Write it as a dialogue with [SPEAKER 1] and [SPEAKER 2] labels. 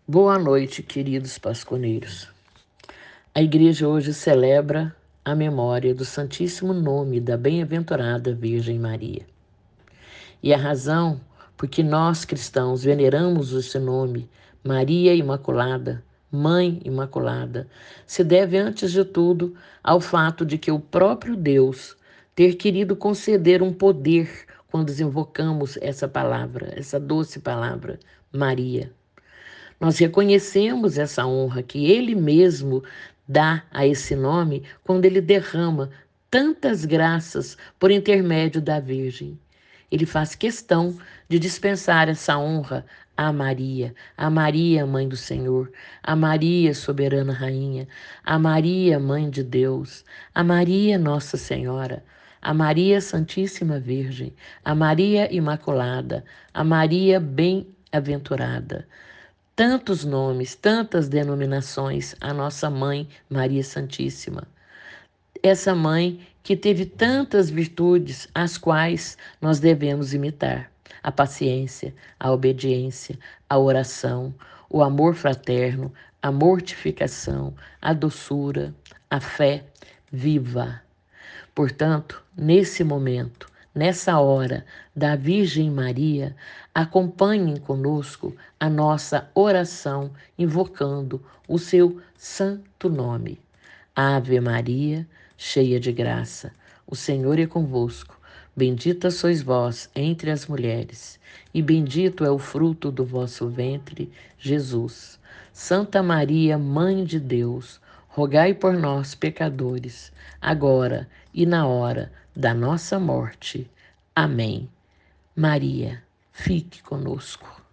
[SPEAKER 1] Boa noite, queridos pasconeiros. A igreja hoje celebra a memória do Santíssimo Nome da Bem-aventurada Virgem Maria. E a razão por que nós cristãos veneramos esse nome, Maria Imaculada, Mãe Imaculada, se deve antes de tudo ao fato de que o próprio Deus ter querido conceder um poder quando invocamos essa palavra, essa doce palavra, Maria. Nós reconhecemos essa honra que Ele mesmo dá a esse nome quando Ele derrama tantas graças por intermédio da Virgem. Ele faz questão de dispensar essa honra a Maria, Mãe do Senhor, a Maria, Soberana Rainha, a Maria, Mãe de Deus, a Maria, Nossa Senhora, a Maria Santíssima Virgem, a Maria Imaculada, a Maria Bem-aventurada. Tantos nomes, tantas denominações, a nossa mãe Maria Santíssima. Essa mãe que teve tantas virtudes, as quais nós devemos imitar: a paciência, a obediência, a oração, o amor fraterno, a mortificação, a doçura, a fé viva. Portanto, nesse momento, nessa hora da Virgem Maria, acompanhem conosco a nossa oração invocando o seu santo nome. Ave Maria, cheia de graça, o Senhor é convosco. Bendita sois vós entre as mulheres, e bendito é o fruto do vosso ventre, Jesus. Santa Maria, Mãe de Deus, rogai por nós, pecadores, agora e na hora da nossa morte. Amém. Maria, fique conosco.